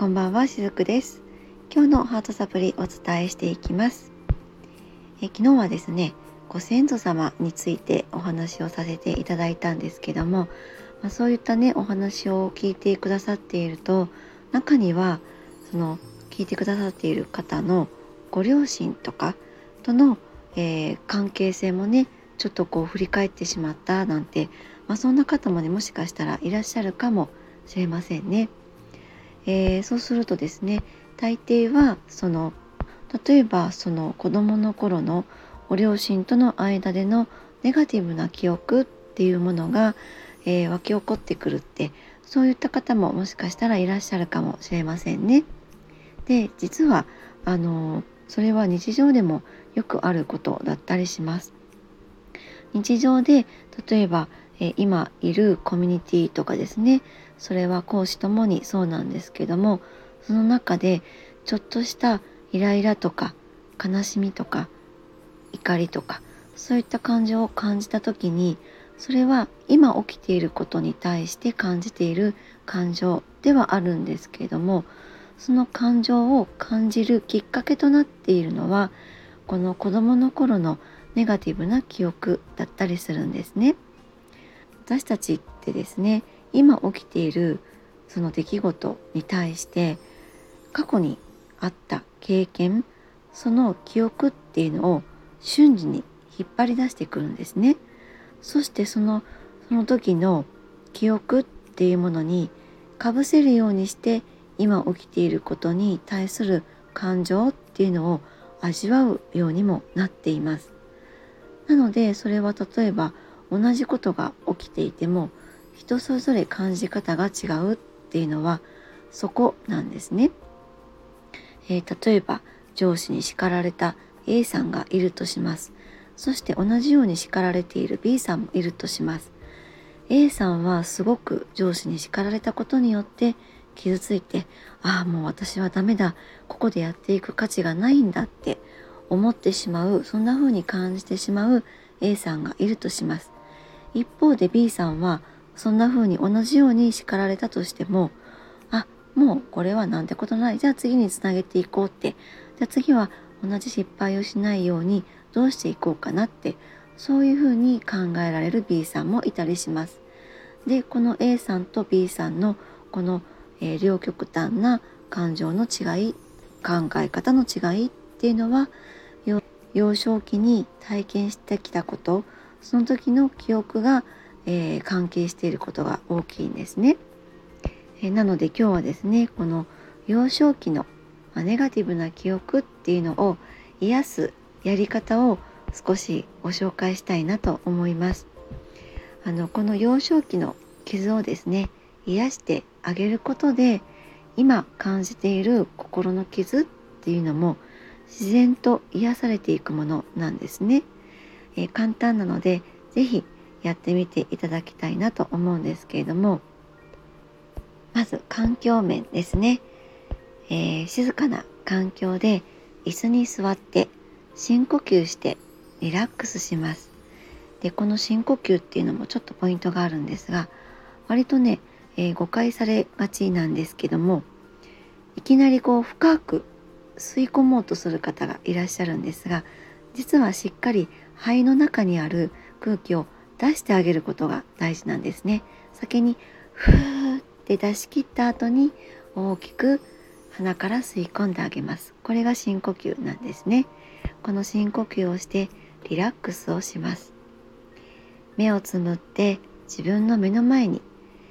こんばんは、しずくです。今日のハートサプリお伝えしていきます。昨日はですね、ご先祖様についてお話をさせていただいたんですけども、そういったねお話を聞いてくださっていると、中にはその聞いてくださっている方のご両親とかとの、関係性もねちょっと振り返ってしまったなんて、そんな方もねもしかしたらいらっしゃるかもしれませんね。そうするとですね、大抵は例えばその子供の頃のご両親との間でのネガティブな記憶っていうものが、湧き起こってくるって、そういった方ももしかしたらいらっしゃるかもしれませんね。で、実はそれは日常でもよくあることだったりします。日常で例えば、今いるコミュニティとかですね、それは講師ともにそうなんですけども、その中でちょっとしたイライラとか悲しみとか怒りとか、そういった感情を感じた時に、それは今起きていることに対して感じている感情ではあるんですけれども、その感情を感じるきっかけとなっているのは、この子供の頃のネガティブな記憶だったりするんですね。私たちってですね、今起きているその出来事に対して過去にあった経験、その記憶っていうのを瞬時に引っ張り出してくるんですね。そしてその時の記憶っていうものにかぶせるようにして、今起きていることに対する感情っていうのを味わうようにもなっています。なのでそれは例えば同じことが起きていても、人それぞれ感じ方が違うっていうのはそこなんですね。例えば上司に叱られた A さんがいるとします。そして同じように叱られている B さんもいるとします。A さんはすごく上司に叱られたことによって傷ついて、もう私はダメだ、ここでやっていく価値がないんだって思ってしまう、そんな風に感じてしまう A さんがいるとします。一方で B さんはそんな風に同じように叱られたとしても、あ、もうこれはなんてことない。じゃあ次につなげていこうって。じゃあ次は同じ失敗をしないようにどうしていこうかなって、そういうふうに考えられる B さんもいたりします。で、この A さんと B さんのこの、両極端な感情の違い、考え方の違いっていうのは、幼少期に体験してきたこと、その時の記憶が、関係していることが大きいんですね。なので今日はですね、この幼少期のネガティブな記憶っていうのを癒すやり方を少しご紹介したいなと思います。この幼少期の傷をですね、癒してあげることで、今感じている心の傷っていうのも自然と癒されていくものなんですね。簡単なのでぜひやってみていただきたいなと思うんですけれども、まず環境面ですね。静かな環境で椅子に座って深呼吸してリラックスします。で、この深呼吸っていうのもちょっとポイントがあるんですが、割とね、誤解されがちなんですけども、いきなり深く吸い込もうとする方がいらっしゃるんですが、実はしっかり肺の中にある空気を出してあげることが大事なんですね。先にふーって出し切った後に大きく鼻から吸い込んであげます。これが深呼吸なんですね。この深呼吸をしてリラックスをします。目をつむって自分の目の前に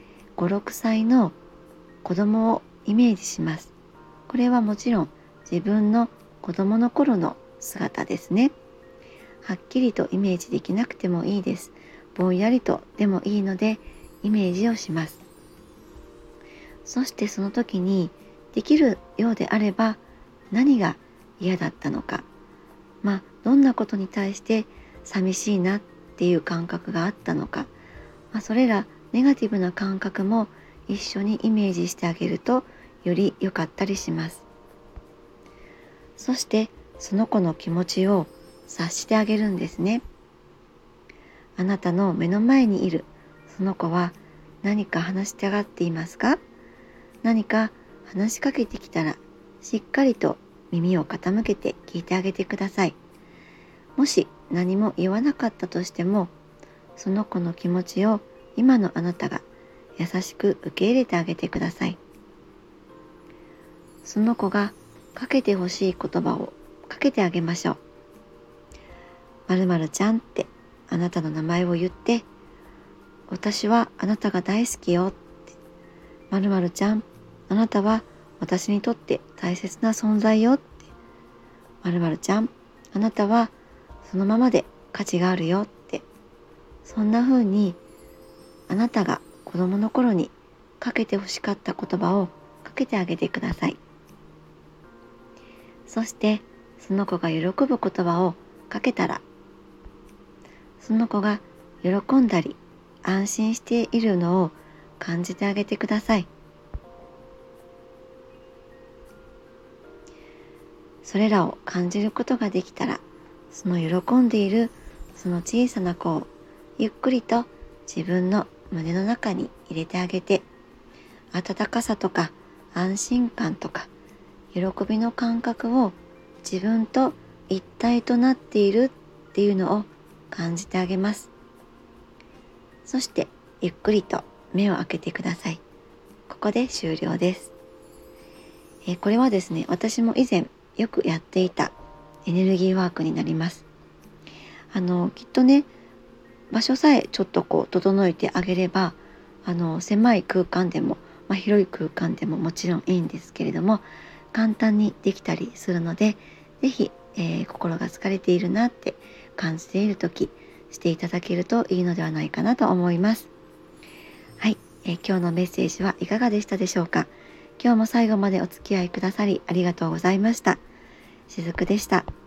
5、6歳の子供をイメージします。これはもちろん自分の子供の頃の姿ですね。はっきりとイメージできなくてもいいです。ぼんやりとでもいいのでイメージをします。そしてその時にできるようであれば、何が嫌だったのか、どんなことに対して寂しいなっていう感覚があったのか、それらネガティブな感覚も一緒にイメージしてあげるとより良かったりします。そしてその子の気持ちを察してあげるんですね。あなたの目の前にいるその子は何か話したがっていますか？何か話しかけてきたら、しっかりと耳を傾けて聞いてあげてください。もし何も言わなかったとしても、その子の気持ちを今のあなたが優しく受け入れてあげてください。その子がかけてほしい言葉をかけてあげましょう。〇〇ちゃんってあなたの名前を言って、私はあなたが大好きよって、〇〇ちゃん、あなたは私にとって大切な存在よって、〇〇ちゃん、あなたはそのままで価値があるよって、そんな風にあなたが子供の頃にかけてほしかった言葉をかけてあげてください。そしてその子が喜ぶ言葉をかけたら、その子が喜んだり安心しているのを感じてあげてください。それらを感じることができたら、その喜んでいるその小さな子をゆっくりと自分の胸の中に入れてあげて、温かさとか安心感とか喜びの感覚を自分と一体となっているっていうのを感じてあげます。そしてゆっくりと目を開けてください。ここで終了です。これはですね、私も以前よくやっていたエネルギーワークになります。きっとね、場所さえちょっと整えてあげれば、狭い空間でも、広い空間でももちろんいいんですけれども、簡単にできたりするので、ぜひ、心が疲れているなって感じている時、していただけるといいのではないかなと思います。はい、今日のメッセージはいかがでしたでしょうか。今日も最後までお付き合いくださりありがとうございました。しずくでした。